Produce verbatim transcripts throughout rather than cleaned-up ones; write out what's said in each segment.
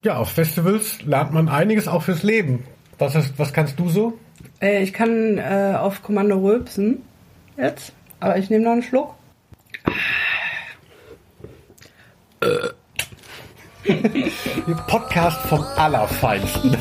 Ja, auf Festivals lernt man einiges auch fürs Leben. Was, ist, was kannst du so? Äh, ich kann äh, auf Kommando rülpsen jetzt, aber ich nehme noch einen Schluck. Podcast vom Allerfeinsten.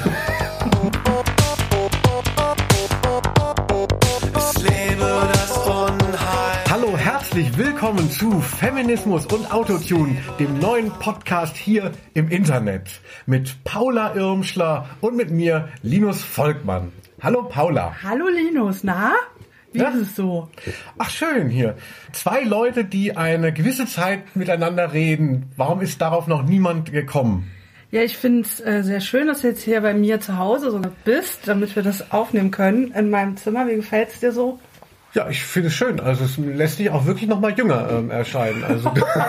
Hallo, herzlich willkommen zu Feminismus und Autotune, dem neuen Podcast hier im Internet. Mit Paula Irmschler und mit mir, Linus Volkmann. Hallo Paula. Hallo Linus, na? Wie Ja? ist es so? Ach schön hier. Zwei Leute, die eine gewisse Zeit miteinander reden. Warum ist darauf noch niemand gekommen? Ja, ich finde es äh, sehr schön, dass du jetzt hier bei mir zu Hause sogar bist, damit wir das aufnehmen können in meinem Zimmer. Wie gefällt es dir so? Ja, ich finde es schön. Also es lässt dich auch wirklich noch mal jünger ähm, erscheinen. Also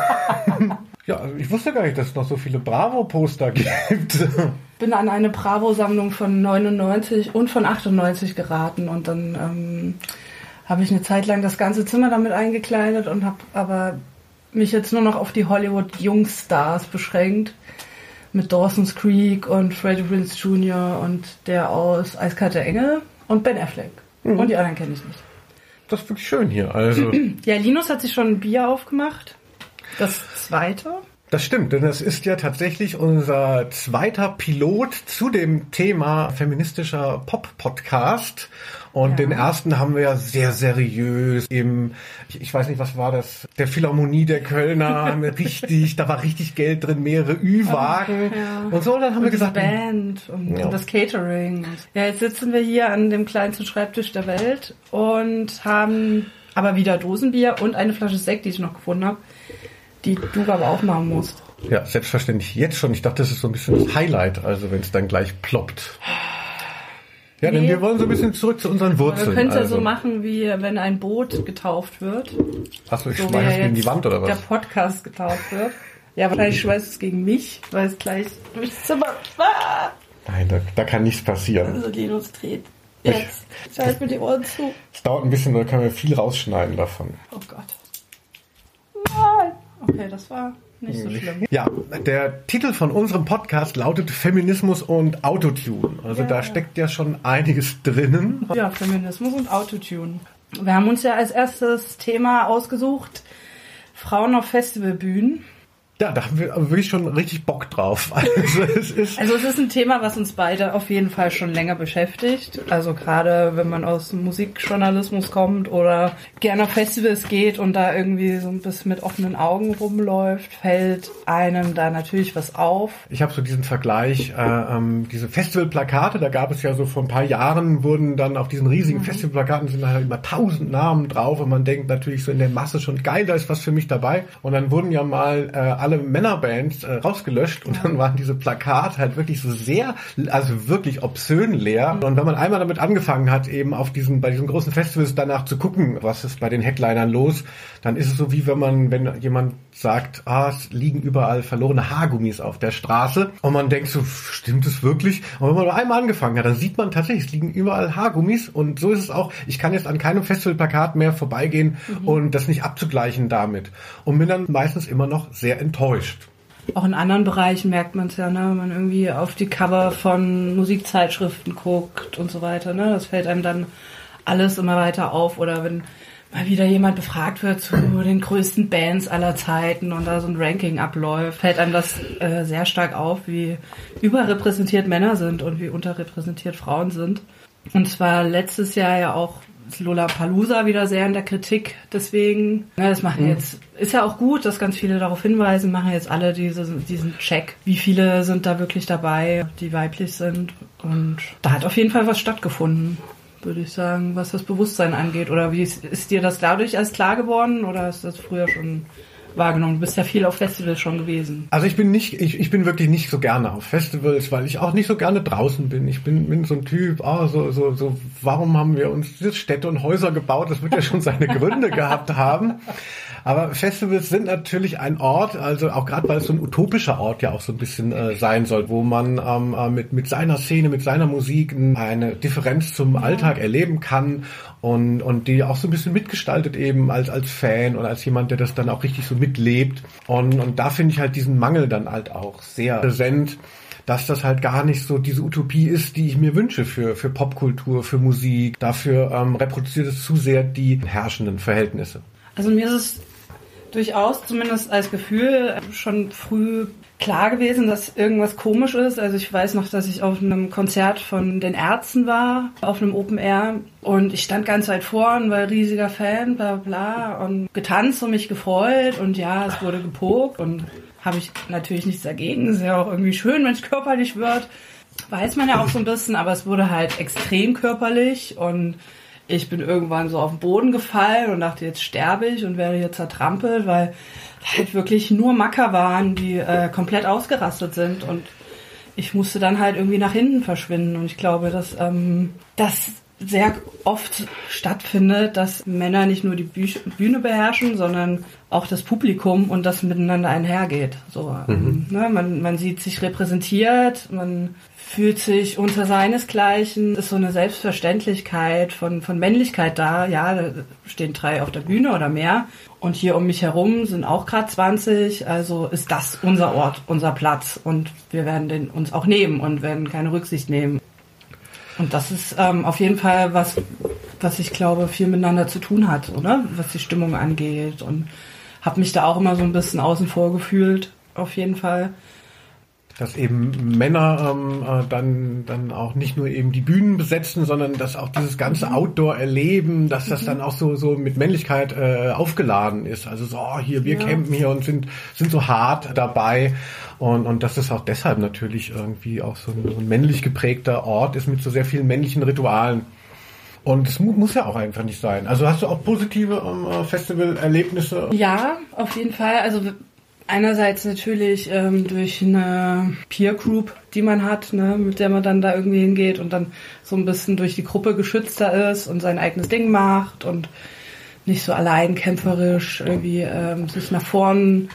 ja, also ich wusste gar nicht, dass es noch so viele Bravo-Poster gibt. Bin an eine Bravo-Sammlung von neunundneunzig und von achtundneunzig geraten und dann ähm, habe ich eine Zeit lang das ganze Zimmer damit eingekleidet und habe aber mich jetzt nur noch auf die Hollywood-Jungstars beschränkt. Mit Dawson's Creek und Freddie Prinze Junior und der aus Eiskalte Engel und Ben Affleck. Mhm. Und die anderen kenne ich nicht. Das ist wirklich schön hier. Also Ja, Linus hat sich schon ein Bier aufgemacht. Das zweite. das stimmt, denn das ist ja tatsächlich unser zweiter Pilot zu dem Thema feministischer Pop-Podcast. Und Ja. den ersten haben wir ja sehr seriös im, ich, ich weiß nicht, was war das, der Philharmonie der Kölner, haben wir richtig, da war richtig Geld drin, mehrere Ü-Wagen Ja. und so. Und dann haben Und wir die gesagt, Band und, Ja. und das Catering. Ja, jetzt sitzen wir hier an dem kleinsten Schreibtisch der Welt und haben aber wieder Dosenbier und eine Flasche Sekt, die ich noch gefunden habe, die du aber auch machen musst. ja, selbstverständlich jetzt schon. Ich dachte, das ist so ein bisschen das Highlight, also wenn es dann gleich ploppt. Ja, denn Nee. wir wollen so ein bisschen zurück zu unseren Wurzeln. Wir können es ja also. so machen, wie wenn ein Boot getauft wird. Achso, ich So wie schmeiß es ja gegen die jetzt Wand oder was? der Podcast getauft wird. Ja, wahrscheinlich schmeißt es gegen mich, weil es gleich durchs Zimmer... Ah! Nein, da, da kann nichts passieren. Also Linus dreht jetzt. Schalt mir die Ohren zu. Es dauert ein bisschen, da können wir viel rausschneiden davon. Oh Gott. Nein. Okay, das war nicht so schlimm. Ja, der Titel von unserem Podcast lautet Feminismus und Autotune. Also Ja. da steckt ja schon einiges drinnen. Ja, Feminismus und Autotune. Wir haben uns ja als erstes Thema ausgesucht, Frauen auf Festivalbühnen. Ja, da haben wir aber wirklich schon richtig Bock drauf. Also es ist Also es ist ein Thema, was uns beide auf jeden Fall schon länger beschäftigt. Also gerade wenn man aus dem Musikjournalismus kommt oder gerne auf Festivals geht und da irgendwie so ein bisschen mit offenen Augen rumläuft, fällt einem da natürlich was auf. Ich habe so diesen Vergleich, äh, ähm, diese Festivalplakate, da gab es ja so vor ein paar Jahren, wurden dann auf diesen riesigen Festivalplakaten sind halt immer tausend Namen drauf und man denkt natürlich so in der Masse schon, geil, da ist was für mich dabei. Und dann wurden ja mal äh, alle Männerbands äh, rausgelöscht und dann waren diese Plakate halt wirklich so sehr, also wirklich obszön leer. Und wenn man einmal damit angefangen hat, eben auf diesen, bei diesen großen Festivals danach zu gucken, was ist bei den Headlinern los, dann ist es so wie wenn man, wenn jemand sagt, ah, es liegen überall verlorene Haargummis auf der Straße und man denkt so, stimmt es wirklich? Und wenn man nur einmal angefangen hat, dann sieht man tatsächlich, es liegen überall Haargummis und so ist es auch. Ich kann jetzt an keinem Festivalplakat mehr vorbeigehen mhm. und das nicht abzugleichen damit und bin dann meistens immer noch sehr enttäuscht. Auch in anderen Bereichen merkt man es ja, ne? Wenn man irgendwie auf die Cover von Musikzeitschriften guckt und so weiter, ne? Das fällt einem dann alles immer weiter auf. Oder wenn mal wieder jemand befragt wird zu den größten Bands aller Zeiten und da so ein Ranking abläuft, fällt einem das äh, sehr stark auf, wie überrepräsentiert Männer sind und wie unterrepräsentiert Frauen sind. Und zwar letztes Jahr ja auch Lollapalooza wieder sehr in der Kritik, deswegen, ne, das machen jetzt, ist ja auch gut, dass ganz viele darauf hinweisen, machen jetzt alle diese, diesen Check, wie viele sind da wirklich dabei, die weiblich sind, und da hat auf jeden Fall was stattgefunden, würde ich sagen, was das Bewusstsein angeht, oder wie ist, ist dir das dadurch erst klar geworden, oder ist das früher schon wahrgenommen? Du bist ja viel auf Festivals schon gewesen. Also ich bin nicht, ich, ich bin wirklich nicht so gerne auf Festivals, weil ich auch nicht so gerne draußen bin. Ich bin, bin so ein Typ, oh, so, so, so, warum haben wir uns Städte und Häuser gebaut? Das wird ja schon seine Gründe gehabt haben. Aber Festivals sind natürlich ein Ort, also auch gerade weil es so ein utopischer Ort ja auch so ein bisschen äh, sein soll, wo man ähm, äh, mit, mit seiner Szene, mit seiner Musik eine Differenz zum Alltag erleben kann und, und die auch so ein bisschen mitgestaltet eben als, als Fan und als jemand, der das dann auch richtig so mitlebt. Und, und da finde ich halt diesen Mangel dann halt auch sehr präsent, dass das halt gar nicht so diese Utopie ist, die ich mir wünsche für, für Popkultur, für Musik. Dafür ähm, reproduziert es zu sehr die herrschenden Verhältnisse. Also mir ist es durchaus, zumindest als Gefühl, schon früh klar gewesen, dass irgendwas komisch ist. Also ich weiß noch, dass ich auf einem Konzert von den Ärzten war, auf einem Open Air. Und ich stand ganz weit vorn, war riesiger Fan, bla bla, und getanzt und mich gefreut. Und ja, es wurde gepokt und habe ich natürlich nichts dagegen. Ist ja auch irgendwie schön, wenn es körperlich wird. Weiß man ja auch so ein bisschen, aber es wurde halt extrem körperlich. Und ich bin irgendwann so auf den Boden gefallen und dachte, jetzt sterbe ich und werde hier zertrampelt, weil halt wirklich nur Macker waren, die äh, komplett ausgerastet sind, und ich musste dann halt irgendwie nach hinten verschwinden. Und ich glaube, dass ähm, das sehr oft stattfindet, dass Männer nicht nur die Büch- Bühne beherrschen, sondern auch das Publikum und das miteinander einhergeht. So, mhm. ähm, ne, man, man sieht sich repräsentiert, man fühlt sich unter seinesgleichen, ist so eine Selbstverständlichkeit von, von Männlichkeit da. Ja, da stehen drei auf der Bühne oder mehr. Und hier um mich herum sind auch gerade zwanzig. Also ist das unser Ort, unser Platz. Und wir werden den uns auch nehmen und werden keine Rücksicht nehmen. Und das ist ähm, auf jeden Fall was, was ich glaube, viel miteinander zu tun hat, oder? Was die Stimmung angeht. Und habe mich da auch immer so ein bisschen außen vor gefühlt, auf jeden Fall. Dass eben Männer ähm, äh, dann dann auch nicht nur eben die Bühnen besetzen, sondern dass auch dieses ganze Outdoor-Erleben, dass das dann auch so so mit Männlichkeit äh, aufgeladen ist. Also so, oh, hier, wir ja. campen hier und sind sind so hart dabei. Und und dass es auch deshalb natürlich irgendwie auch so ein, so ein männlich geprägter Ort ist mit so sehr vielen männlichen Ritualen. Und es mu- muss ja auch einfach nicht sein. Also hast du auch positive ähm, Festivalerlebnisse? Ja, auf jeden Fall. Also einerseits natürlich ähm, durch eine Peer Group, die man hat, ne, mit der man dann da irgendwie hingeht und dann so ein bisschen durch die Gruppe geschützter ist und sein eigenes Ding macht und nicht so allein kämpferisch irgendwie ähm, sich nach vorn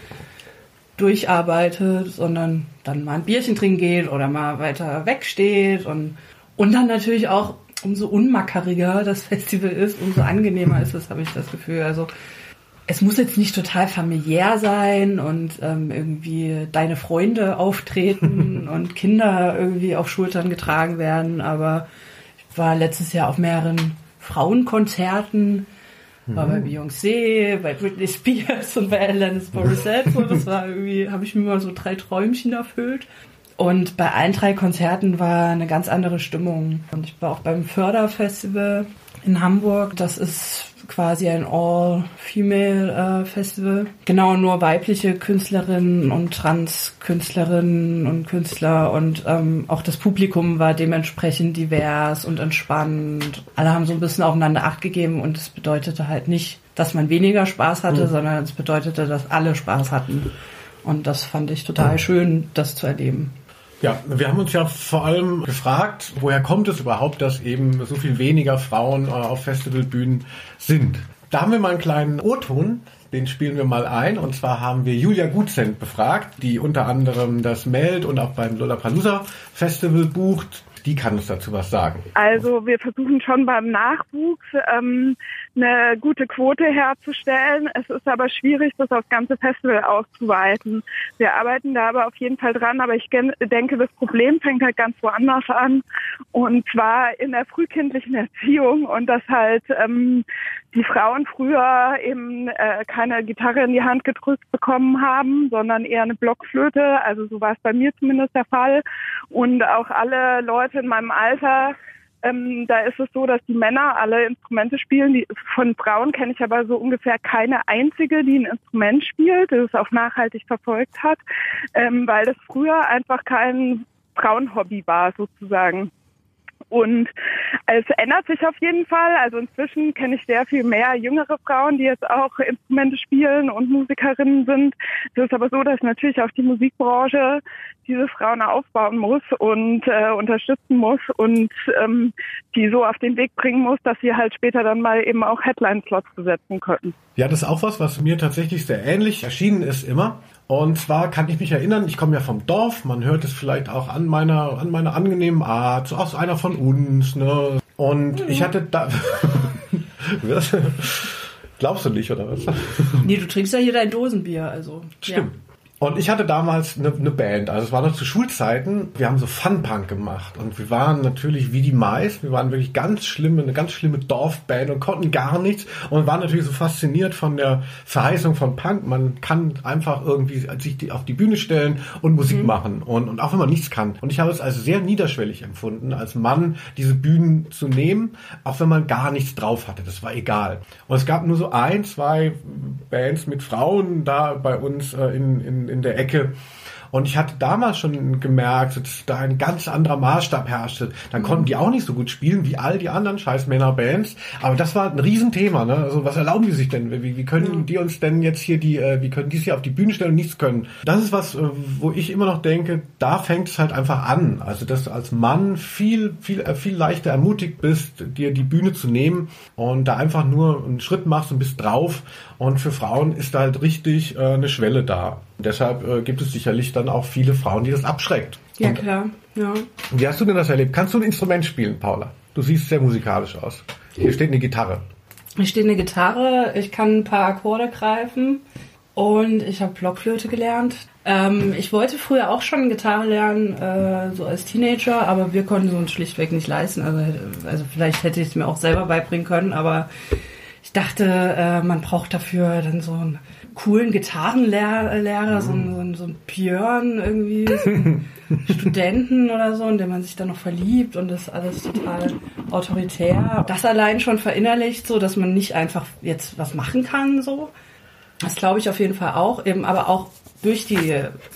durcharbeitet, sondern dann mal ein Bierchen trinken geht oder mal weiter wegsteht, und und dann natürlich auch, umso unmackeriger das Festival ist, umso angenehmer ist es, habe ich das Gefühl. Also es muss jetzt nicht total familiär sein und ähm, irgendwie deine Freunde auftreten und Kinder irgendwie auf Schultern getragen werden, aber ich war letztes Jahr auf mehreren Frauenkonzerten, war bei Beyoncé, bei Britney Spears und bei Alanis Morissette, so, das war irgendwie, habe ich mir mal so drei Träumchen erfüllt. Und bei allen drei Konzerten war eine ganz andere Stimmung. Und ich war auch beim Förderfestival in Hamburg. Das ist quasi ein All-Female-Festival. Genau, nur weibliche Künstlerinnen und Trans-Künstlerinnen und Künstler. Und ähm, auch das Publikum war dementsprechend divers und entspannt. Alle haben so ein bisschen aufeinander Acht gegeben. Und es bedeutete halt nicht, dass man weniger Spaß hatte, mhm. sondern es bedeutete, dass alle Spaß hatten. Und das fand ich total schön, das zu erleben. Ja, wir haben uns ja vor allem gefragt, woher kommt es überhaupt, dass eben so viel weniger Frauen äh, auf Festivalbühnen sind. Da haben wir mal einen kleinen O-Ton, den spielen wir mal ein. Und zwar haben wir Julia Gutzent befragt, die unter anderem das Meld und auch beim Lollapalooza Festival bucht. Die kann uns dazu was sagen. Also wir versuchen schon beim Nachwuchs ähm, eine gute Quote herzustellen. Es ist aber schwierig, das aufs ganze Festival auszuweiten. Wir arbeiten da aber auf jeden Fall dran, aber ich gen- denke, das Problem fängt halt ganz woanders an. Und zwar in der frühkindlichen Erziehung, und dass halt ähm, die Frauen früher eben äh, keine Gitarre in die Hand gedrückt bekommen haben, sondern eher eine Blockflöte. Also so war es bei mir zumindest der Fall. Und auch alle Leute in meinem Alter, ähm, da ist es so, dass die Männer alle Instrumente spielen. Die, von Frauen kenne ich aber so ungefähr keine einzige, die ein Instrument spielt, das es auch nachhaltig verfolgt hat, ähm, weil das früher einfach kein Frauenhobby war sozusagen. Und es ändert sich auf jeden Fall. Also inzwischen kenne ich sehr viel mehr jüngere Frauen, die jetzt auch Instrumente spielen und Musikerinnen sind. Es ist aber so, dass natürlich auch die Musikbranche diese Frauen aufbauen muss und äh, unterstützen muss und ähm, die so auf den Weg bringen muss, dass sie halt später dann mal eben auch Headline-Slots besetzen können. Ja, das ist auch was, was mir tatsächlich sehr ähnlich erschienen ist immer. Und zwar kann ich mich erinnern, ich komme ja vom Dorf, man hört es vielleicht auch an meiner an meiner angenehmen Art, so aus einer von uns, ne? Und mhm. ich hatte da... Glaubst du nicht, oder was? Nee, du trinkst ja hier dein Dosenbier, also... Stimmt. Ja. Und ich hatte damals eine, eine Band, also es war noch zu Schulzeiten, wir haben so Fun-Punk gemacht und wir waren natürlich wie die meisten, wir waren wirklich ganz schlimme, eine ganz schlimme Dorfband und konnten gar nichts und waren natürlich so fasziniert von der Verheißung von Punk. Man kann einfach irgendwie sich die, auf die Bühne stellen und Musik mhm. machen und, und auch wenn man nichts kann. Und ich habe es als sehr niederschwellig empfunden, als Mann diese Bühnen zu nehmen, auch wenn man gar nichts drauf hatte, das war egal. Und es gab nur so ein, zwei Bands mit Frauen da bei uns äh, in, in in der Ecke. Und ich hatte damals schon gemerkt, dass da ein ganz anderer Maßstab herrschte. Dann konnten die auch nicht so gut spielen wie all die anderen scheiß Männerbands. Aber das war ein Riesenthema, ne? Also was erlauben die sich denn? Wie, wie können die uns denn jetzt hier die, wie können die sich hier auf die Bühne stellen und nichts können? Das ist was, wo ich immer noch denke, da fängt es halt einfach an. Also dass du als Mann viel, viel, viel leichter ermutigt bist, dir die Bühne zu nehmen und da einfach nur einen Schritt machst und bist drauf. Und für Frauen ist da halt richtig äh, eine Schwelle da. Und deshalb äh, gibt es sicherlich dann auch viele Frauen, die das abschreckt. Ja, und, klar. Ja. Wie hast du denn das erlebt? Kannst du ein Instrument spielen, Paula? Du siehst sehr musikalisch aus. Hier steht eine Gitarre. Hier steht eine Gitarre, ich kann ein paar Akkorde greifen und ich habe Blockflöte gelernt. Ähm, ich wollte früher auch schon Gitarre lernen, äh, so als Teenager, aber wir konnten es uns schlichtweg nicht leisten. Also, also vielleicht hätte ich es mir auch selber beibringen können, aber ich dachte, äh, man braucht dafür dann so einen coolen Gitarrenlehrer, mhm. so einen, so einen Björn irgendwie, so einen Studenten oder so, in den man sich dann noch verliebt und das ist alles total autoritär. Das allein schon verinnerlicht, so dass man nicht einfach jetzt was machen kann, so. Das glaube ich auf jeden Fall auch, eben aber auch durch die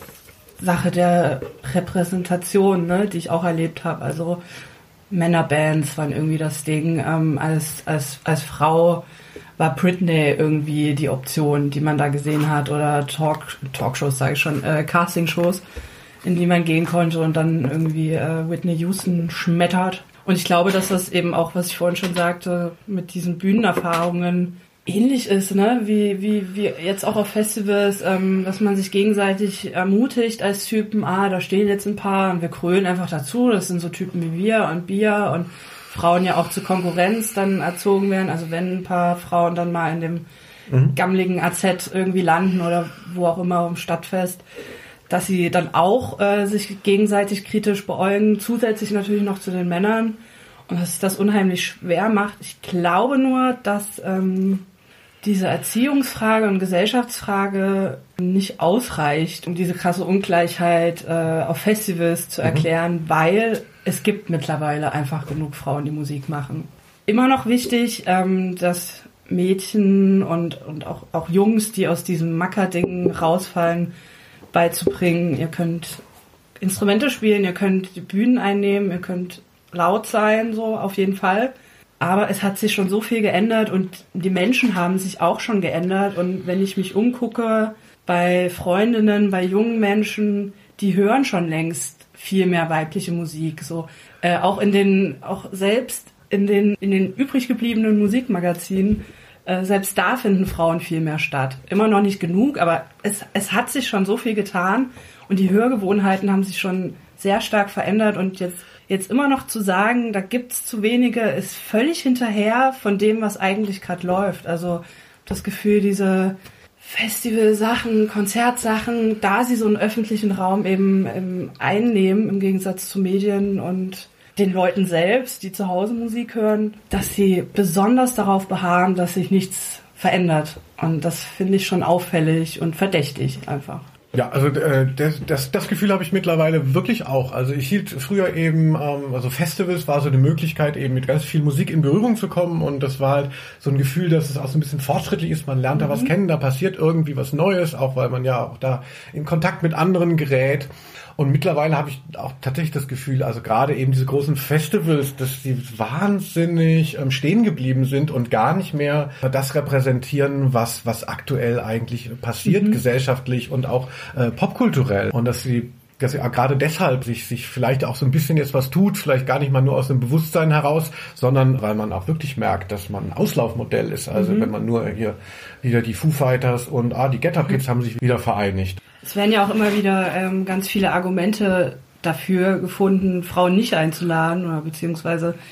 Sache der Repräsentation, ne, die ich auch erlebt habe. Also Männerbands waren irgendwie das Ding. Ähm, als, als, als Frau war Britney irgendwie die Option, die man da gesehen hat. Oder Talk, Talkshows, sage ich schon, äh, Castingshows, in die man gehen konnte und dann irgendwie äh, Whitney Houston schmettert. Und ich glaube, dass das eben auch, was ich vorhin schon sagte, mit diesen Bühnenerfahrungen ähnlich ist, ne, wie, wie, wie jetzt auch auf Festivals, ähm, dass man sich gegenseitig ermutigt als Typen, ah, da stehen jetzt ein paar und wir krölen einfach dazu, das sind so Typen wie wir und Bier und Frauen ja auch zur Konkurrenz dann erzogen werden, also wenn ein paar Frauen dann mal in dem mhm. gammeligen A Z irgendwie landen oder wo auch immer im Stadtfest, dass sie dann auch äh, sich gegenseitig kritisch beäugen, zusätzlich natürlich noch zu den Männern und dass das unheimlich schwer macht. Ich glaube nur, dass ähm, diese Erziehungsfrage und Gesellschaftsfrage nicht ausreicht, um diese krasse Ungleichheit äh, auf Festivals zu erklären, mhm. weil es gibt mittlerweile einfach genug Frauen, die Musik machen. Immer noch wichtig, ähm, dass Mädchen und, und auch, auch Jungs, die aus diesem Macker-Ding rausfallen, beizubringen, ihr könnt Instrumente spielen, ihr könnt die Bühnen einnehmen, ihr könnt laut sein, so auf jeden Fall. Aber es hat sich schon so viel geändert und die Menschen haben sich auch schon geändert. Und wenn ich mich umgucke bei Freundinnen, bei jungen Menschen, die hören schon längst viel mehr weibliche Musik. So äh, auch in den, auch selbst in den in den übrig gebliebenen Musikmagazinen, äh, selbst da finden Frauen viel mehr statt. Immer noch nicht genug, aber es es hat sich schon so viel getan und die Hörgewohnheiten haben sich schon sehr stark verändert und jetzt Jetzt immer noch zu sagen, da gibt's zu wenige, ist völlig hinterher von dem, was eigentlich gerade läuft. Also das Gefühl, diese Festivalsachen, Konzertsachen, da sie so einen öffentlichen Raum eben, eben einnehmen, im Gegensatz zu Medien und den Leuten selbst, die zu Hause Musik hören, dass sie besonders darauf beharren, dass sich nichts verändert. Und das finde ich schon auffällig und verdächtig einfach. Ja, also äh, das, das, das Gefühl habe ich mittlerweile wirklich auch. Also ich hielt früher eben, ähm, also Festivals war so eine Möglichkeit, eben mit ganz viel Musik in Berührung zu kommen und das war halt so ein Gefühl, dass es auch so ein bisschen fortschrittlich ist. Man lernt da was kennen, da passiert irgendwie was Neues, auch weil man ja auch da in Kontakt mit anderen gerät. Und mittlerweile habe ich auch tatsächlich das Gefühl, also gerade eben diese großen Festivals, dass die wahnsinnig ähm, stehen geblieben sind und gar nicht mehr das repräsentieren, was was aktuell eigentlich passiert, mhm. gesellschaftlich und auch äh, popkulturell. Und dass sie dass sie gerade deshalb sich sich vielleicht auch so ein bisschen jetzt was tut, vielleicht gar nicht mal nur aus dem Bewusstsein heraus, sondern weil man auch wirklich merkt, dass man ein Auslaufmodell ist. Also mhm. wenn man nur hier wieder die Foo Fighters und ah die Get Up Kids mhm. haben sich wieder vereinigt. Es werden ja auch immer wieder ähm, ganz viele Argumente dafür gefunden, Frauen nicht einzuladen oder beziehungsweise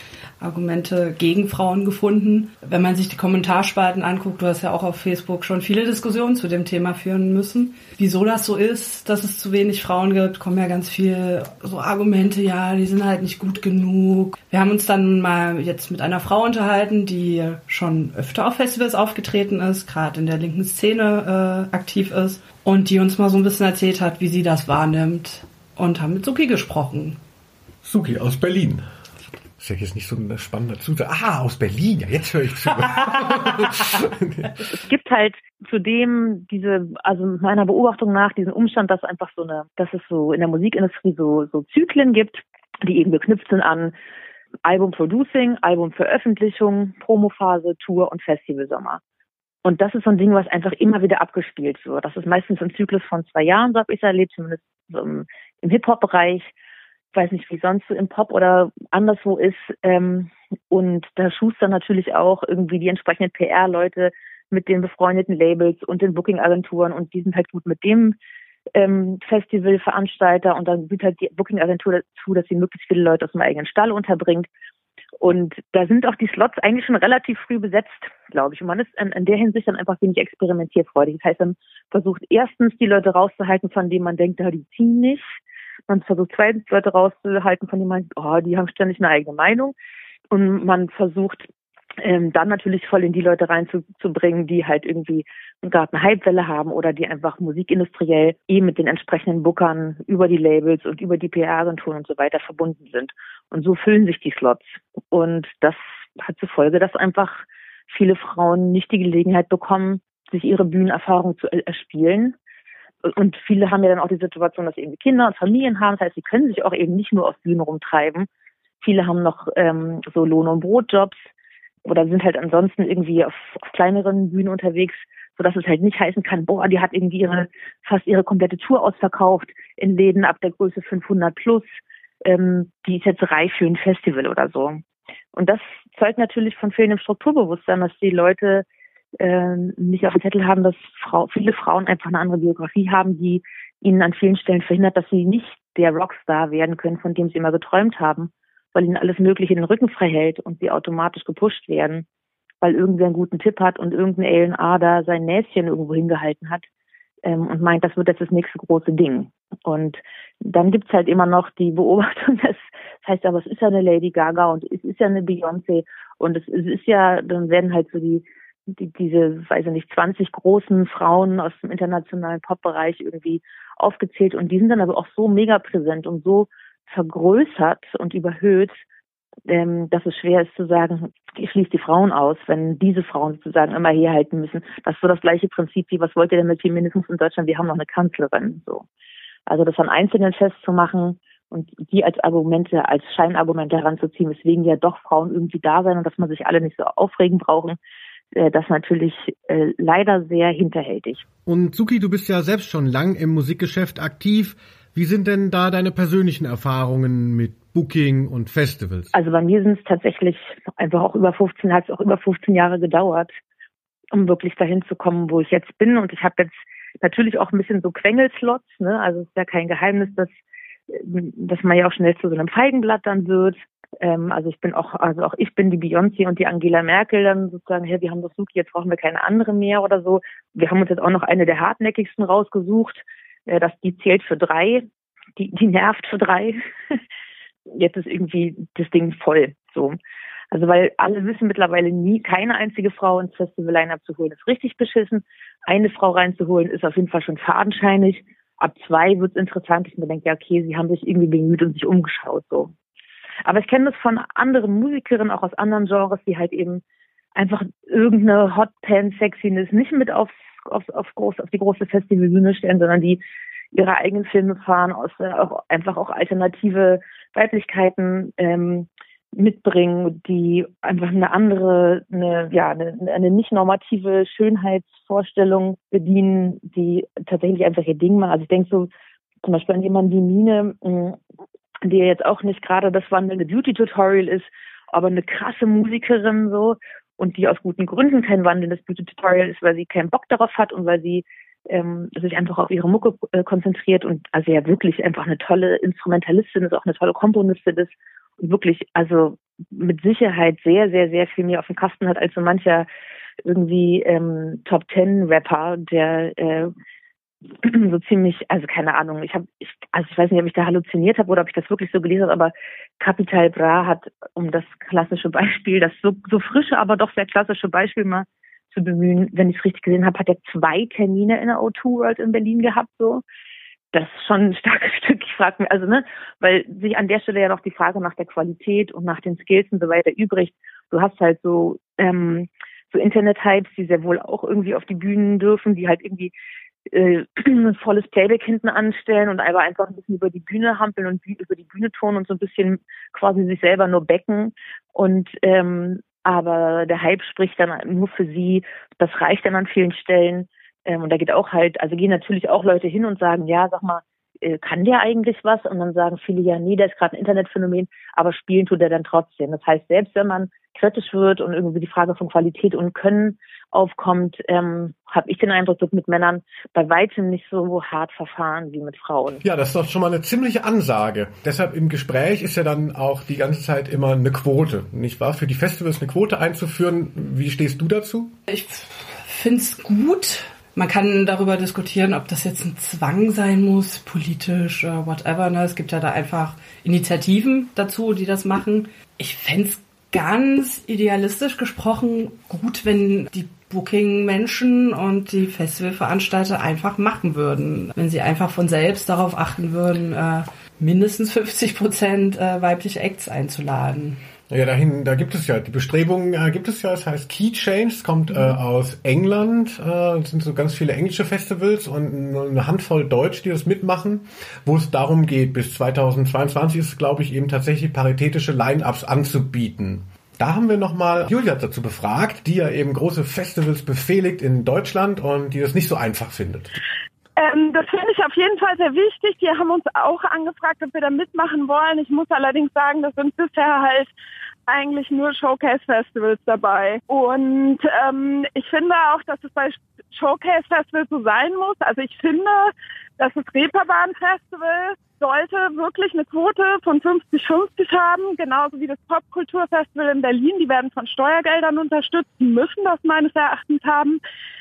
Argumente gegen Frauen gefunden. Wenn man sich die Kommentarspalten anguckt, du hast ja auch auf Facebook schon viele Diskussionen zu dem Thema führen müssen. Wieso das so ist, dass es zu wenig Frauen gibt, kommen ja ganz viel so Argumente, ja, die sind halt nicht gut genug. Wir haben uns dann mal jetzt mit einer Frau unterhalten, die schon öfter auf Festivals aufgetreten ist, gerade in der linken Szene äh, aktiv ist und die uns mal so ein bisschen erzählt hat, wie sie das wahrnimmt, und haben mit Suki gesprochen. Suki aus Berlin. Das ist ja jetzt nicht so ein spannender Zusatz. Ah, aus Berlin, ja, jetzt höre ich zu. Es gibt halt zudem diese, also meiner Beobachtung nach, diesen Umstand, dass einfach so eine, dass es so in der Musikindustrie so, so Zyklen gibt, die eben geknüpft sind an Album-Producing, Album-Veröffentlichung, Promophase, Tour und Festivalsommer. Und das ist so ein Ding, was einfach immer wieder abgespielt wird. Das ist meistens ein Zyklus von zwei Jahren, so habe ich es erlebt, zumindest so im, im Hip-Hop-Bereich. Ich weiß nicht, wie sonst so im Pop oder anderswo ist. Ähm, und da schustern natürlich auch irgendwie die entsprechenden P R-Leute mit den befreundeten Labels und den Booking-Agenturen, und die sind halt gut mit dem ähm, Festivalveranstalter, und dann sieht halt die Booking-Agentur dazu, dass sie möglichst viele Leute aus dem eigenen Stall unterbringt. Und da sind auch die Slots eigentlich schon relativ früh besetzt, glaube ich. Und man ist in, in der Hinsicht dann einfach wenig experimentierfreudig. Das heißt, man versucht erstens, die Leute rauszuhalten, von denen man denkt, ja, die ziehen nicht. Man versucht zweitens, Leute rauszuhalten, von denen man denkt, oh, die haben ständig eine eigene Meinung. Und man versucht ähm, dann natürlich voll in die Leute reinzubringen, die halt irgendwie gerade eine Hypewelle haben oder die einfach musikindustriell eh mit den entsprechenden Bookern über die Labels und über die P R-Agenturen und so weiter verbunden sind. Und so füllen sich die Slots. Und das hat zur Folge, dass einfach viele Frauen nicht die Gelegenheit bekommen, sich ihre Bühnenerfahrung zu erspielen. Und viele haben ja dann auch die Situation, dass sie eben Kinder und Familien haben. Das heißt, sie können sich auch eben nicht nur auf Bühnen rumtreiben. Viele haben noch ähm, so Lohn- und Brotjobs oder sind halt ansonsten irgendwie auf, auf kleineren Bühnen unterwegs, sodass es halt nicht heißen kann, boah, die hat irgendwie ihre, fast ihre komplette Tour ausverkauft in Läden ab der Größe fünfhundert plus. Ähm, die ist jetzt reif für ein Festival oder so. Und das zeugt natürlich von fehlendem Strukturbewusstsein, dass die Leute äh, nicht auf dem Zettel haben, dass Frau, viele Frauen einfach eine andere Biografie haben, die ihnen an vielen Stellen verhindert, dass sie nicht der Rockstar werden können, von dem sie immer geträumt haben, weil ihnen alles Mögliche den Rücken frei hält und sie automatisch gepusht werden, weil irgendwer einen guten Tipp hat und irgendein L und A da sein Näschen irgendwo hingehalten hat ähm, und meint, das wird jetzt das nächste große Ding. Und dann gibt's halt immer noch die Beobachtung, dass, das heißt aber, es ist ja eine Lady Gaga und es ist ja eine Beyoncé und es, es ist ja, dann werden halt so die, die diese, weiß ich nicht, zwanzig großen Frauen aus dem internationalen Pop-Bereich irgendwie aufgezählt, und die sind dann aber auch so mega präsent und so vergrößert und überhöht, ähm, dass es schwer ist zu sagen, ich schließe die Frauen aus, wenn diese Frauen sozusagen immer herhalten müssen. Das ist so das gleiche Prinzip wie, was wollt ihr denn mit Feminismus in Deutschland? Wir haben noch eine Kanzlerin, so. Also das an Einzelnen festzumachen und die als Argumente, als Scheinargumente heranzuziehen, weswegen ja doch Frauen irgendwie da sein und dass man sich alle nicht so aufregen brauchen, äh, das natürlich äh, leider sehr hinterhältig. Und Suki, du bist ja selbst schon lang im Musikgeschäft aktiv. Wie sind denn da deine persönlichen Erfahrungen mit Booking und Festivals? Also bei mir sind es tatsächlich einfach auch über fünfzehn, hat es auch über fünfzehn Jahre gedauert, um wirklich dahin zu kommen, wo ich jetzt bin. Und ich habe jetzt natürlich auch ein bisschen so Quengelslots, ne? Also es ist ja kein Geheimnis, dass, dass man ja auch schnell zu so einem Feigenblatt dann wird. Ähm, also ich bin auch, also auch ich bin die Beyoncé und die Angela Merkel dann sozusagen, hey, wir haben doch Suki, jetzt brauchen wir keine andere mehr oder so. Wir haben uns jetzt auch noch eine der hartnäckigsten rausgesucht. Äh, dass die zählt für drei, die, die nervt für drei. Jetzt ist irgendwie das Ding voll, so. Also weil alle wissen mittlerweile nie, keine einzige Frau ins Festival-Line-Up zu holen ist richtig beschissen. Eine Frau reinzuholen ist auf jeden Fall schon fadenscheinig. Ab zwei wird es interessant, dass man denkt, ja okay, sie haben sich irgendwie bemüht und sich umgeschaut, so. Aber ich kenne das von anderen Musikerinnen, auch aus anderen Genres, die halt eben einfach irgendeine Hotpan-Sexiness nicht mit aufs, aufs, auf, groß, auf die große Festivalbühne stellen, sondern die ihre eigenen Filme fahren, aus, auch, einfach auch alternative Weiblichkeiten ähm, mitbringen, die einfach eine andere, eine, ja, eine, eine nicht normative Schönheitsvorstellung bedienen, die tatsächlich einfach ihr Ding machen. Also ich denke so zum Beispiel an jemanden wie Mine, die jetzt auch nicht gerade das wandelnde Beauty-Tutorial ist, aber eine krasse Musikerin so, und die aus guten Gründen kein wandelndes Beauty-Tutorial ist, weil sie keinen Bock darauf hat und weil sie ähm, sich einfach auf ihre Mucke äh, konzentriert und also ja wirklich einfach eine tolle Instrumentalistin ist, auch eine tolle Komponistin ist und wirklich also mit Sicherheit sehr, sehr, sehr viel mehr auf dem Kasten hat als so mancher irgendwie ähm, Top-Ten-Rapper, der äh, so ziemlich, also keine Ahnung, ich habe, ich, also ich weiß nicht, ob ich da halluziniert habe oder ob ich das wirklich so gelesen habe, aber Capital Bra hat, um das klassische Beispiel, das so, so frische, aber doch sehr klassische Beispiel mal zu bemühen, wenn ich es richtig gesehen habe, hat er zwei Termine in der O zwei World in Berlin gehabt, so. Das ist schon ein starkes Stück, ich frage mich, also ne, weil sich an der Stelle ja noch die Frage nach der Qualität und nach den Skills und so weiter übrigt. Du hast halt so, ähm, so Internet-Hypes, die sehr wohl auch irgendwie auf die Bühnen dürfen, die halt irgendwie äh, ein volles Playback hinten anstellen und aber einfach ein bisschen über die Bühne hampeln und über die Bühne turnen und so ein bisschen quasi sich selber nur becken und ähm, aber der Hype spricht dann nur für sie, das reicht dann an vielen Stellen. Ähm, und da geht auch halt, also gehen natürlich auch Leute hin und sagen, ja, sag mal, äh, kann der eigentlich was? Und dann sagen viele, ja, nee, der ist gerade ein Internetphänomen, aber spielen tut er dann trotzdem. Das heißt, selbst wenn man kritisch wird und irgendwie die Frage von Qualität und Können aufkommt, ähm, habe ich den Eindruck, wird mit Männern bei weitem nicht so hart verfahren wie mit Frauen. Ja, das ist doch schon mal eine ziemliche Ansage. Deshalb im Gespräch ist ja dann auch die ganze Zeit immer eine Quote, nicht wahr? Für die Festivals eine Quote einzuführen. Wie stehst du dazu? Ich find's gut. Man kann darüber diskutieren, ob das jetzt ein Zwang sein muss, politisch, uh, whatever. Ne? Es gibt ja da einfach Initiativen dazu, die das machen. Ich fänd's ganz idealistisch gesprochen gut, wenn die Booking-Menschen und die Festivalveranstalter einfach machen würden. Wenn sie einfach von selbst darauf achten würden, äh, mindestens fünfzig Prozent äh, weibliche Acts einzuladen. Ja, dahin, da gibt es ja, die Bestrebungen äh, gibt es ja, es heißt Key Change, es kommt äh, aus England, äh, es sind so ganz viele englische Festivals und eine Handvoll Deutsche, die das mitmachen, wo es darum geht, bis zweitausendzweiundzwanzig ist es, glaube ich, eben tatsächlich paritätische Line-Ups anzubieten. Da haben wir nochmal Julia dazu befragt, die ja eben große Festivals befehligt in Deutschland und die das nicht so einfach findet. Ähm, das finde ich auf jeden Fall sehr wichtig. Die haben uns auch angefragt, ob wir da mitmachen wollen. Ich muss allerdings sagen, das sind bisher halt eigentlich nur Showcase-Festivals dabei. Und ähm, ich finde auch, dass es bei Showcase-Festivals so sein muss. Also ich finde, dass das Reeperbahn-Festival sollte wirklich eine Quote von fünfzig fünfzig haben, genauso wie das Popkulturfestival in Berlin. Die werden von Steuergeldern unterstützt, die müssen das meines Erachtens haben.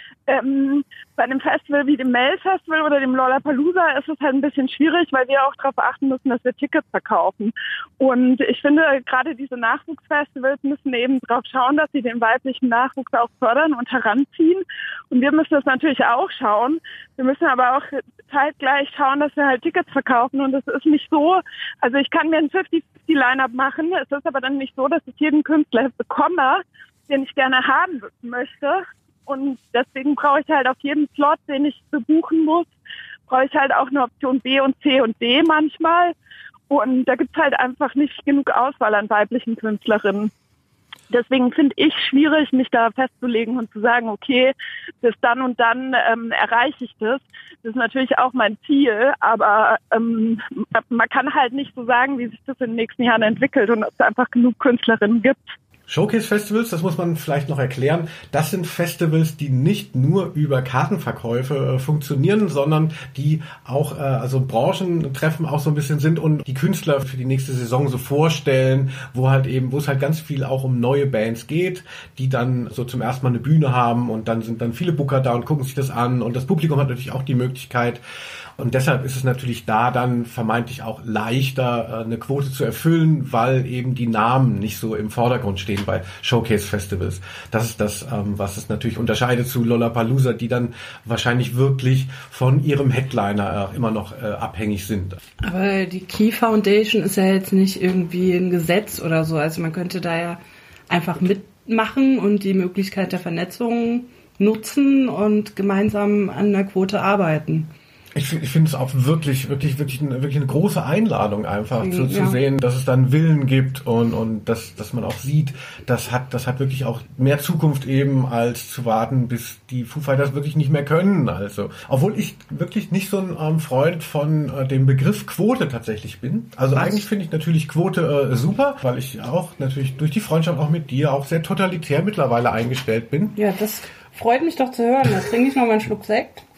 Ähm, bei einem Festival wie dem Mel-Festival oder dem Lollapalooza ist es halt ein bisschen schwierig, weil wir auch darauf achten müssen, dass wir Tickets verkaufen. Und ich finde, gerade diese Nachwuchsfestivals müssen eben darauf schauen, dass sie den weiblichen Nachwuchs auch fördern und heranziehen. Und wir müssen das natürlich auch schauen. Wir müssen aber auch zeitgleich schauen, dass wir halt Tickets verkaufen. Und es ist nicht so, also ich kann mir ein fünfzig fünfzig Line-Up machen. Es ist aber dann nicht so, dass ich jeden Künstler bekomme, den ich gerne haben möchte. Und deswegen brauche ich halt auf jeden Slot, den ich bebuchen muss, brauche ich halt auch eine Option B und C und D manchmal. Und da gibt es halt einfach nicht genug Auswahl an weiblichen Künstlerinnen. Deswegen finde ich schwierig, mich da festzulegen und zu sagen, okay, bis dann und dann ähm, erreiche ich das. Das ist natürlich auch mein Ziel, aber ähm, man kann halt nicht so sagen, wie sich das in den nächsten Jahren entwickelt und ob es einfach genug Künstlerinnen gibt. Showcase-Festivals, das muss man vielleicht noch erklären, das sind Festivals, die nicht nur über Kartenverkäufe äh, funktionieren, sondern die auch, äh, also Branchentreffen auch so ein bisschen sind und die Künstler für die nächste Saison so vorstellen, wo halt eben, wo es halt ganz viel auch um neue Bands geht, die dann so zum ersten Mal eine Bühne haben und dann sind dann viele Booker da und gucken sich das an und das Publikum hat natürlich auch die Möglichkeit. Und deshalb ist es natürlich da dann vermeintlich auch leichter, eine Quote zu erfüllen, weil eben die Namen nicht so im Vordergrund stehen bei Showcase-Festivals. Das ist das, was es natürlich unterscheidet zu Lollapalooza, die dann wahrscheinlich wirklich von ihrem Headliner immer noch abhängig sind. Aber die Key Foundation ist ja jetzt nicht irgendwie ein Gesetz oder so. Also man könnte da ja einfach mitmachen und die Möglichkeit der Vernetzung nutzen und gemeinsam an einer Quote arbeiten. Ich, ich finde es auch wirklich, wirklich, wirklich eine, wirklich eine große Einladung einfach mhm, zu, zu ja. sehen, dass es dann Willen gibt und, und dass, dass man auch sieht, das hat, das hat wirklich auch mehr Zukunft eben, als zu warten, bis die Foo Fighters wirklich nicht mehr können. Also, obwohl ich wirklich nicht so ein ähm, Freund von äh, dem Begriff Quote tatsächlich bin. Also Was? Eigentlich finde ich natürlich Quote äh, super, weil ich auch natürlich durch die Freundschaft auch mit dir auch sehr totalitär mittlerweile eingestellt bin. Ja, das freut mich doch zu hören. Da trinke ich noch mal einen Schluck Sekt.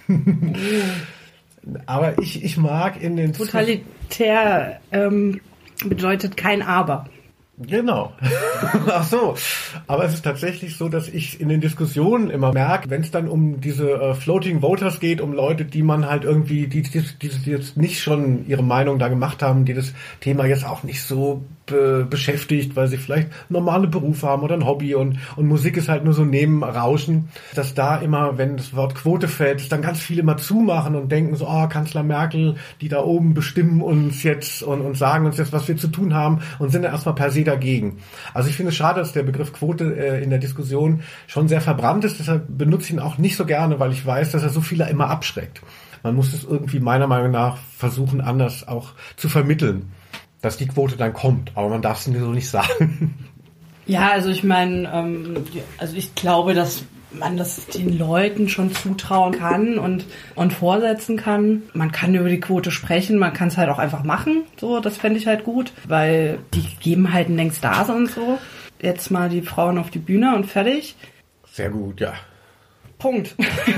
Aber ich, ich mag in den... Totalitär ähm, bedeutet kein Aber. Genau. Ach so. Aber es ist tatsächlich so, dass ich in den Diskussionen immer merke, wenn es dann um diese äh, Floating Voters geht, um Leute, die man halt irgendwie, die, die, die, die jetzt nicht schon ihre Meinung da gemacht haben, die das Thema jetzt auch nicht so be- beschäftigt, weil sie vielleicht normale Berufe haben oder ein Hobby und, und Musik ist halt nur so Nebenrauschen, dass da immer, wenn das Wort Quote fällt, dass dann ganz viele immer zumachen und denken so, oh, Kanzler Merkel, die da oben bestimmen uns jetzt und, und sagen uns jetzt, was wir zu tun haben und sind dann erstmal per se dagegen. Also ich finde es schade, dass der Begriff Quote äh, in der Diskussion schon sehr verbrannt ist, deshalb benutze ich ihn auch nicht so gerne, weil ich weiß, dass er so viele immer abschreckt. Man muss es irgendwie meiner Meinung nach versuchen, anders auch zu vermitteln, dass die Quote dann kommt, aber man darf es so nicht sagen. Ja, also ich meine, ähm, also ich glaube, dass man das den Leuten schon zutrauen kann und, und vorsetzen kann. Man kann über die Quote sprechen, man kann es halt auch einfach machen. So, das fände ich halt gut, weil die Gegebenheiten längst da sind und so. Jetzt mal die Frauen auf die Bühne und fertig. Sehr gut, ja. Punkt.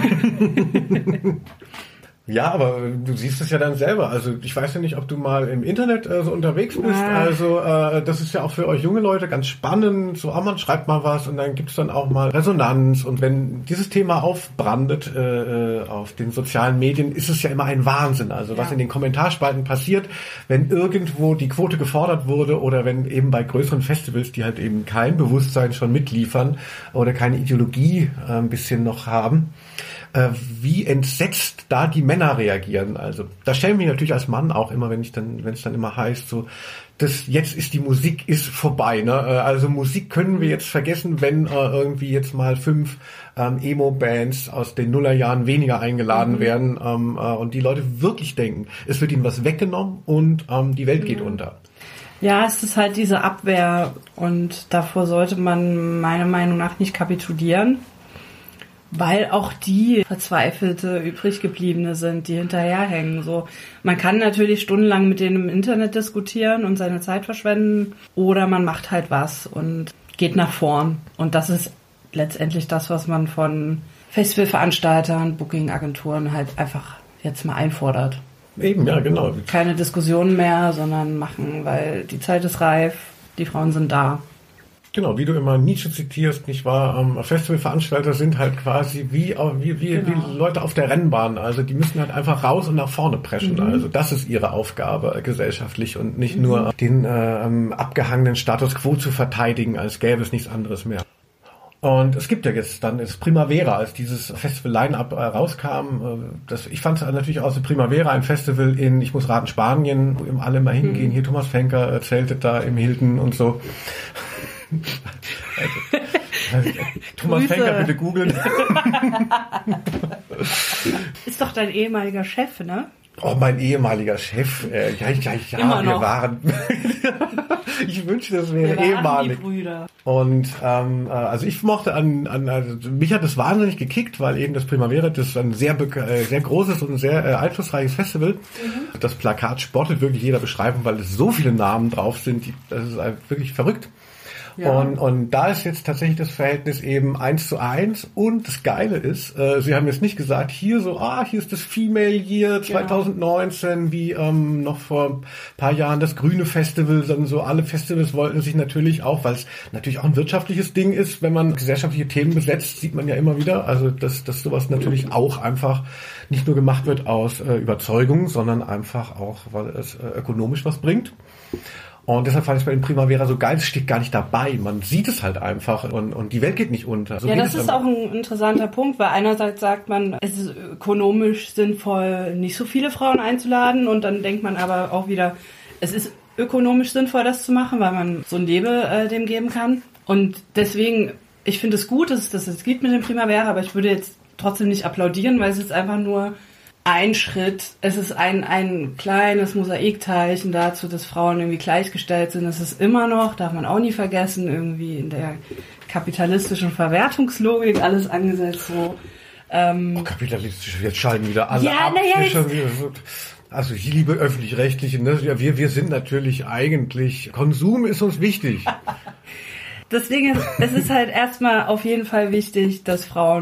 Ja, aber du siehst es ja dann selber. Also ich weiß ja nicht, ob du mal im Internet äh, so unterwegs bist. Ah. Also äh, das ist ja auch für euch junge Leute ganz spannend. So, ah, man schreibt mal was und dann gibt's dann auch mal Resonanz. Und wenn dieses Thema aufbrandet äh, auf den sozialen Medien, ist es ja immer ein Wahnsinn. Also ja. Was in den Kommentarspalten passiert, wenn irgendwo die Quote gefordert wurde oder wenn eben bei größeren Festivals, die halt eben kein Bewusstsein schon mitliefern oder keine Ideologie äh, ein bisschen noch haben, wie entsetzt da die Männer reagieren. Also da stelle ich mich natürlich als Mann auch immer, wenn ich dann, wenn es dann immer heißt, so, das jetzt ist die Musik ist vorbei. Ne? Also Musik können wir jetzt vergessen, wenn äh, irgendwie jetzt mal fünf ähm, Emo-Bands aus den Nullerjahren weniger eingeladen mhm. werden ähm, äh, und die Leute wirklich denken, es wird ihnen was weggenommen und ähm, die Welt geht mhm. unter. Ja, es ist halt diese Abwehr und davor sollte man meiner Meinung nach nicht kapitulieren. Weil auch die Verzweifelte übrig gebliebene sind, die hinterherhängen. So, man kann natürlich stundenlang mit denen im Internet diskutieren und seine Zeit verschwenden oder man macht halt was und geht nach vorn. Und das ist letztendlich das, was man von Festivalveranstaltern, Booking-Agenturen halt einfach jetzt mal einfordert. Eben, ja, genau. Keine Diskussionen mehr, sondern machen, weil die Zeit ist reif, die Frauen sind da. Genau, wie du immer Nietzsche zitierst, nicht wahr? Ähm, Festivalveranstalter sind halt quasi wie, wie, wie, genau. wie Leute auf der Rennbahn. Also die müssen halt einfach raus und nach vorne preschen. Mhm. Also das ist ihre Aufgabe gesellschaftlich und nicht mhm. nur den äh, abgehangenen Status quo zu verteidigen, als gäbe es nichts anderes mehr. Und es gibt ja jetzt dann das Primavera, als dieses Festival-Line-Up äh, rauskam. Äh, das, ich fand es natürlich auch so Primavera, ein Festival in, ich muss raten, Spanien, wo alle mal hingehen. Mhm. Hier Thomas Fenker äh, zeltet da im Hilton und so. Also, also, Thomas Grüße. Fenker, bitte googeln. Ist doch dein ehemaliger Chef, ne? Oh, mein ehemaliger Chef. Äh, ja, ja, ja, Immer wir noch. waren. Ich wünschte, das wäre wir waren ehemalig. Die Brüder. Und ähm, also ich mochte an, an also mich hat das wahnsinnig gekickt, weil eben das Primavera, das ist ein sehr äh, sehr großes und sehr äh, einflussreiches Festival. Mhm. Das Plakat spottet wirklich jeder Beschreibung, weil es so viele Namen drauf sind, die, das ist wirklich verrückt. Ja. Und, und da ist jetzt tatsächlich das Verhältnis eben eins zu eins. Und das Geile ist, äh, sie haben jetzt nicht gesagt, hier so, ah, hier ist das Female Year zwanzig neunzehn, ja. wie ähm, noch vor ein paar Jahren das Grüne Festival, sondern so alle Festivals wollten sich natürlich auch, weil es natürlich auch ein wirtschaftliches Ding ist, wenn man gesellschaftliche Themen besetzt, sieht man ja immer wieder, also dass, dass sowas natürlich auch einfach nicht nur gemacht wird aus äh, Überzeugung, sondern einfach auch, weil es äh, ökonomisch was bringt. Und deshalb fand ich es bei den Primavera so geil, es steht gar nicht dabei. Man sieht es halt einfach und, und die Welt geht nicht unter. So ja, das ist auch ein interessanter Punkt, weil einerseits sagt man, es ist ökonomisch sinnvoll, nicht so viele Frauen einzuladen und dann denkt man aber auch wieder, es ist ökonomisch sinnvoll, das zu machen, weil man so ein Label äh, dem geben kann. Und deswegen, ich finde es gut, dass es das jetzt gibt mit dem Primavera, aber ich würde jetzt trotzdem nicht applaudieren, weil es ist einfach nur ein Schritt, es ist ein, ein kleines Mosaikteilchen dazu, dass Frauen irgendwie gleichgestellt sind. Es ist immer noch, darf man auch nie vergessen, irgendwie in der kapitalistischen Verwertungslogik alles angesetzt so. Ähm, oh, kapitalistisch, jetzt schalten wieder alle ja, ab. Na ja, schon wieder so. Also ich liebe öffentlich-rechtliche, ne? Ja, wir, wir sind natürlich eigentlich, Konsum ist uns wichtig. Das Ding ist, es ist halt erstmal auf jeden Fall wichtig, dass Frauen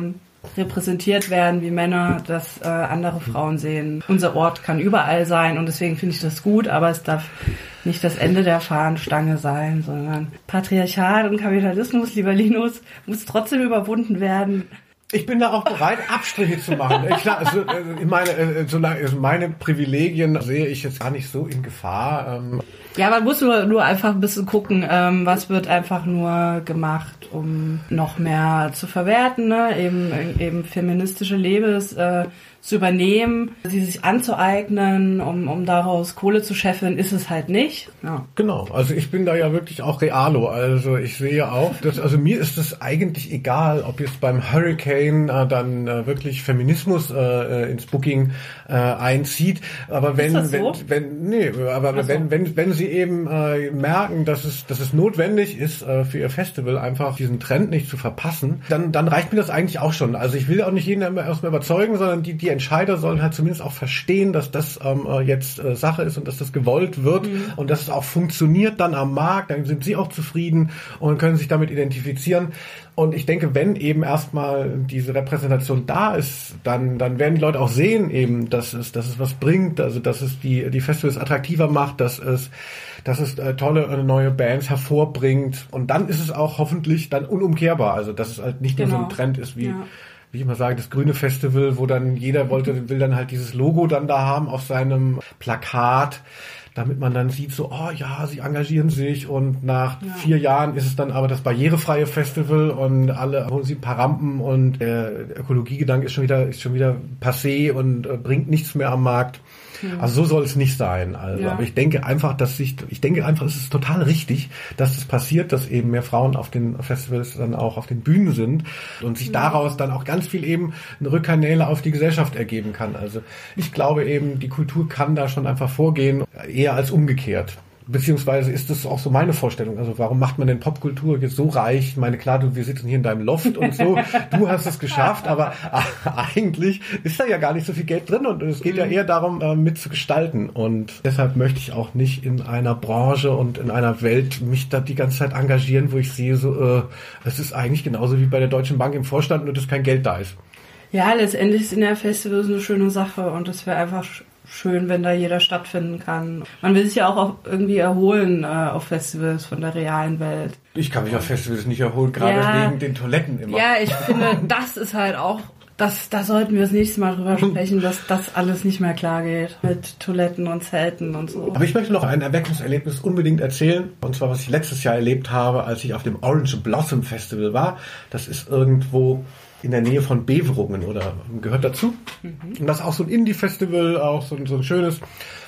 repräsentiert werden wie Männer, dass äh, andere Frauen sehen. Unser Ort kann überall sein und deswegen finde ich das gut, aber es darf nicht das Ende der Fahnenstange sein, sondern Patriarchat und Kapitalismus, lieber Linus, muss trotzdem überwunden werden. Ich bin da auch bereit, Abstriche zu machen. Klar, also, ich meine, solange also meine Privilegien sehe ich jetzt gar nicht so in Gefahr. Ja, man muss nur, nur einfach ein bisschen gucken, ähm, was wird einfach nur gemacht, um noch mehr zu verwerten, ne? eben, eben feministische Labels äh, zu übernehmen, sie sich anzueignen, um, um daraus Kohle zu scheffeln, ist es halt nicht. Ja. Genau, also ich bin da ja wirklich auch realo, also ich sehe auch, dass, also mir ist es eigentlich egal, ob jetzt beim Hurricane äh, dann äh, wirklich Feminismus äh, ins Booking äh, einzieht, aber wenn, ist das so? wenn, wenn, nee, aber Ach so. wenn, wenn, wenn sie eben äh, merken, dass es, dass es notwendig ist, äh, für ihr Festival einfach diesen Trend nicht zu verpassen, dann, dann reicht mir das eigentlich auch schon. Also ich will auch nicht jeden erstmal überzeugen, sondern die, die Entscheider sollen halt zumindest auch verstehen, dass das ähm, jetzt äh, Sache ist und dass das gewollt wird mhm. und dass es auch funktioniert dann am Markt, dann sind sie auch zufrieden und können sich damit identifizieren. Und ich denke, wenn eben erstmal diese Repräsentation da ist, dann dann werden die Leute auch sehen eben, dass es dass es was bringt, also dass es die die Festivals attraktiver macht, dass es dass es äh, tolle äh, neue Bands hervorbringt und dann ist es auch hoffentlich dann unumkehrbar, also dass es halt nicht genau. nur so ein Trend ist wie ja. wie ich immer sage, das grüne Festival, wo dann jeder wollte, will dann halt dieses Logo dann da haben auf seinem Plakat, damit man dann sieht, so, oh ja, sie engagieren sich und nach ja. vier Jahren ist es dann aber das barrierefreie Festival und alle holen sie ein paar Rampen und der Ökologiegedanke ist schon wieder, ist schon wieder passé und äh, bringt nichts mehr am Markt. Also so soll es nicht sein. Also, ja. aber ich denke einfach, dass sich, ich denke einfach, es ist total richtig, dass das passiert, dass eben mehr Frauen auf den Festivals dann auch auf den Bühnen sind und sich ja. daraus dann auch ganz viel eben Rückkanäle auf die Gesellschaft ergeben kann. Also ich glaube eben, die Kultur kann da schon einfach vorgehen, eher als umgekehrt. Beziehungsweise ist das auch so meine Vorstellung. Also warum macht man denn Popkultur jetzt so reich? Ich meine, klar, du, wir sitzen hier in deinem Loft und so. Du hast es geschafft, aber eigentlich ist da ja gar nicht so viel Geld drin und es geht ja eher darum, äh, mitzugestalten. Und deshalb möchte ich auch nicht in einer Branche und in einer Welt mich da die ganze Zeit engagieren, wo ich sehe, so, äh, es ist eigentlich genauso wie bei der Deutschen Bank im Vorstand, nur dass kein Geld da ist. Ja, letztendlich sind ja Festivals eine schöne Sache und es wäre einfach schön, wenn da jeder stattfinden kann. Man will sich ja auch irgendwie erholen äh, auf Festivals von der realen Welt. Ich kann mich auf Festivals nicht erholen, gerade ja, wegen den Toiletten immer. Ja, ich finde, das ist halt auch, das, da sollten wir das nächste Mal drüber sprechen, dass das alles nicht mehr klar geht mit Toiletten und Zelten und so. Aber ich möchte noch ein Erweckungserlebnis unbedingt erzählen. Und zwar, was ich letztes Jahr erlebt habe, als ich auf dem Orange Blossom Festival war. Das ist irgendwo in der Nähe von Beverungen oder gehört dazu. Mhm. Und das ist auch so ein Indie-Festival, auch so, so ein schönes.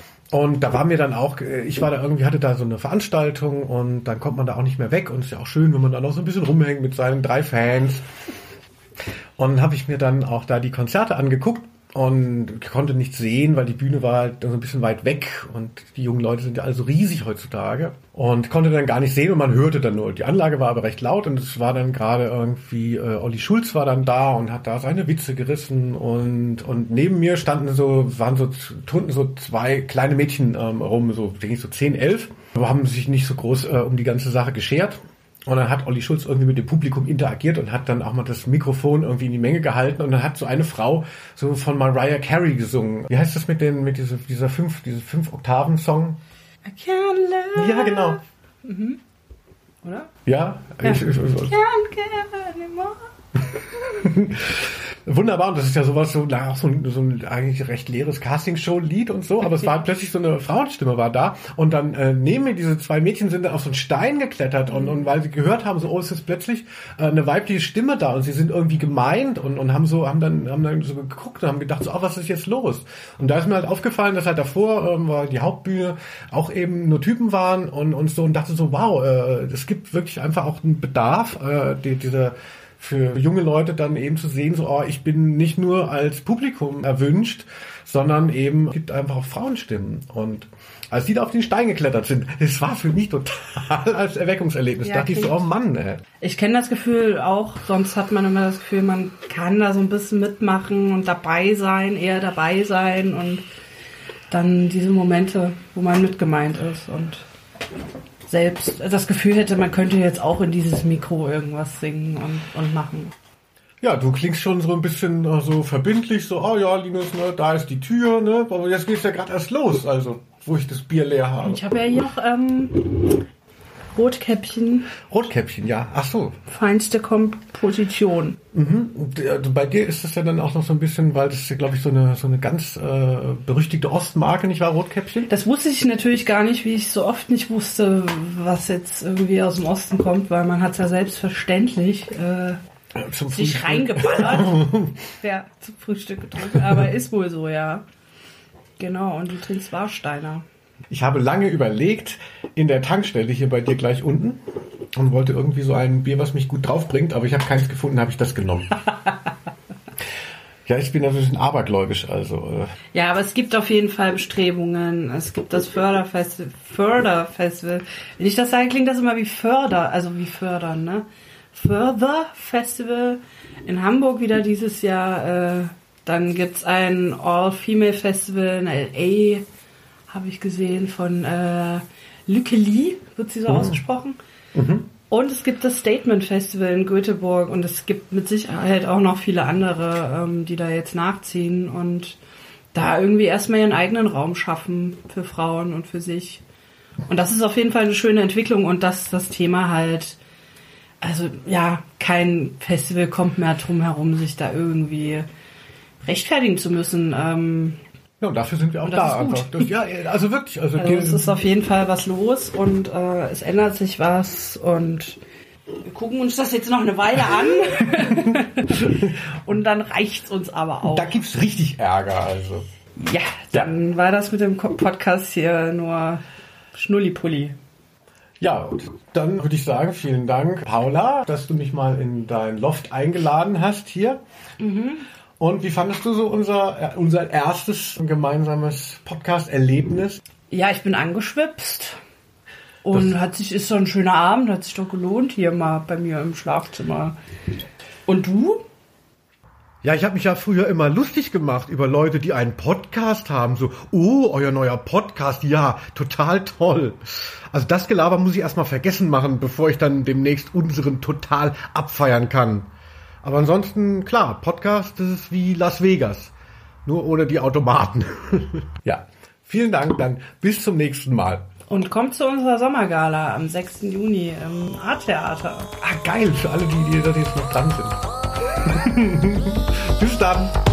Und da war mir dann auch, ich war da irgendwie, hatte da so eine Veranstaltung und dann kommt man da auch nicht mehr weg und es ist ja auch schön, wenn man da noch so ein bisschen rumhängt mit seinen drei Fans. Und habe ich mir dann auch da die Konzerte angeguckt und konnte nichts sehen, weil die Bühne war halt so ein bisschen weit weg und die jungen Leute sind ja also riesig heutzutage und konnte dann gar nicht sehen und man hörte dann nur. Die Anlage war aber recht laut und es war dann gerade irgendwie, äh, Olli Schulz war dann da und hat da seine Witze gerissen und und neben mir standen so, waren so, turnten so zwei kleine Mädchen ähm, rum, so, denke ich, so zehn, elf, aber haben sich nicht so groß äh, um die ganze Sache geschert. Und dann hat Olli Schulz irgendwie mit dem Publikum interagiert und hat dann auch mal das Mikrofon irgendwie in die Menge gehalten und dann hat so eine Frau so von Mariah Carey gesungen. Wie heißt das mit den, mit dieser, dieser fünf, diese fünf Oktaven Song? I can't live. Ja, genau. Mhm. Oder? Ja. ja. Ich, ich, ich, Can't get anymore. Wunderbar, und das ist ja sowas, so, na, auch so ein, so ein eigentlich recht leeres Castingshow-Lied und so, aber es war plötzlich so eine Frauenstimme war da und dann äh, neben mir diese zwei Mädchen sind dann auf so einen Stein geklettert und, und weil sie gehört haben, so, oh, es ist plötzlich äh, eine weibliche Stimme da und sie sind irgendwie gemeint und, und haben so, haben dann, haben dann so geguckt und haben gedacht, so, oh, was ist jetzt los? Und da ist mir halt aufgefallen, dass halt davor, ähm, war die Hauptbühne auch eben nur Typen waren und, und so und dachte so, wow, äh, es gibt wirklich einfach auch einen Bedarf, äh, die, diese für junge Leute dann eben zu sehen, so, oh, ich bin nicht nur als Publikum erwünscht, sondern eben, es gibt einfach auch Frauenstimmen. Und als die da auf den Stein geklettert sind, das war für mich total als Erweckungserlebnis. Ja, da dachte ich so, oh Mann, ey. Ich kenne das Gefühl auch, sonst hat man immer das Gefühl, man kann da so ein bisschen mitmachen und dabei sein, eher dabei sein und dann diese Momente, wo man mitgemeint ist und selbst das Gefühl hätte, man könnte jetzt auch in dieses Mikro irgendwas singen und, und machen. Ja, du klingst schon so ein bisschen äh, so verbindlich, so, oh ja, Linus, ne, da ist die Tür, ne, aber jetzt geht's ja gerade erst los, also, wo ich das Bier leer habe. Ich habe ja hier noch ähm, Rotkäppchen. Rotkäppchen, ja, ach so. Feinste Komposition. Mhm. Und, äh, bei dir ist das ja dann auch noch so ein bisschen, weil das ist ja, glaube ich, so eine so eine ganz äh, berüchtigte Ostmarke, nicht wahr, Rotkäppchen? Das wusste ich natürlich gar nicht, wie ich so oft nicht wusste, was jetzt irgendwie aus dem Osten kommt, weil man hat es ja selbstverständlich äh, Zum sich Frühstück. reingeballert. Wer zum Frühstück getrunken, aber ist wohl so, ja. Genau, und du trinkst Warsteiner. Ich habe lange überlegt, in der Tankstelle hier bei dir gleich unten, und wollte irgendwie so ein Bier, was mich gut draufbringt, aber ich habe keins gefunden, habe ich das genommen. Ja, ich bin ja so ein bisschen abergläubisch, also. Äh. Ja, aber es gibt auf jeden Fall Bestrebungen. Es gibt das Förderfestival. Förderfestival. Wenn ich das sage, klingt das immer wie Förder, also wie fördern, ne? Förderfestival in Hamburg wieder dieses Jahr. Äh, dann gibt's ein All-Female-Festival in L A, habe ich gesehen, von äh, Lückeli, wird sie so Mhm. ausgesprochen. Mhm. Und es gibt das Statement Festival in Göteborg und es gibt mit Sicherheit auch noch viele andere, ähm, die da jetzt nachziehen und da irgendwie erstmal ihren eigenen Raum schaffen für Frauen und für sich. Und das ist auf jeden Fall eine schöne Entwicklung und dass das Thema halt, also ja, kein Festival kommt mehr drum herum, sich da irgendwie rechtfertigen zu müssen. Ähm, Ja, und dafür sind wir auch Und das da. ist gut. Einfach. Das, ja, also wirklich. Also, Also es ist auf jeden Fall was los und äh, es ändert sich was und wir gucken uns das jetzt noch eine Weile an und dann reicht's uns aber auch. da gibt's richtig Ärger, also. Ja, dann war das mit dem Ko- Podcast hier nur Schnullipulli. Ja, und dann würde ich sagen, vielen Dank, Paula, dass du mich mal in dein Loft eingeladen hast hier. Mhm. Und wie fandest du so unser, äh, unser erstes gemeinsames Podcast-Erlebnis? Ja, ich bin angeschwipst und Das- hat sich ist so ein schöner Abend, hat sich doch gelohnt hier mal bei mir im Schlafzimmer. Und du? Ja, ich habe mich ja früher immer lustig gemacht über Leute, die einen Podcast haben. So, oh, euer neuer Podcast, ja, total toll. Also das Gelaber muss ich erstmal vergessen machen, bevor ich dann demnächst unseren total abfeiern kann. Aber ansonsten, klar, Podcast, das ist wie Las Vegas. Nur ohne die Automaten. Ja, vielen Dank, dann bis zum nächsten Mal. Und kommt zu unserer Sommergala am sechsten Juni im A-Theater. Ah, geil, für alle, die, die da jetzt noch dran sind. Bis dann.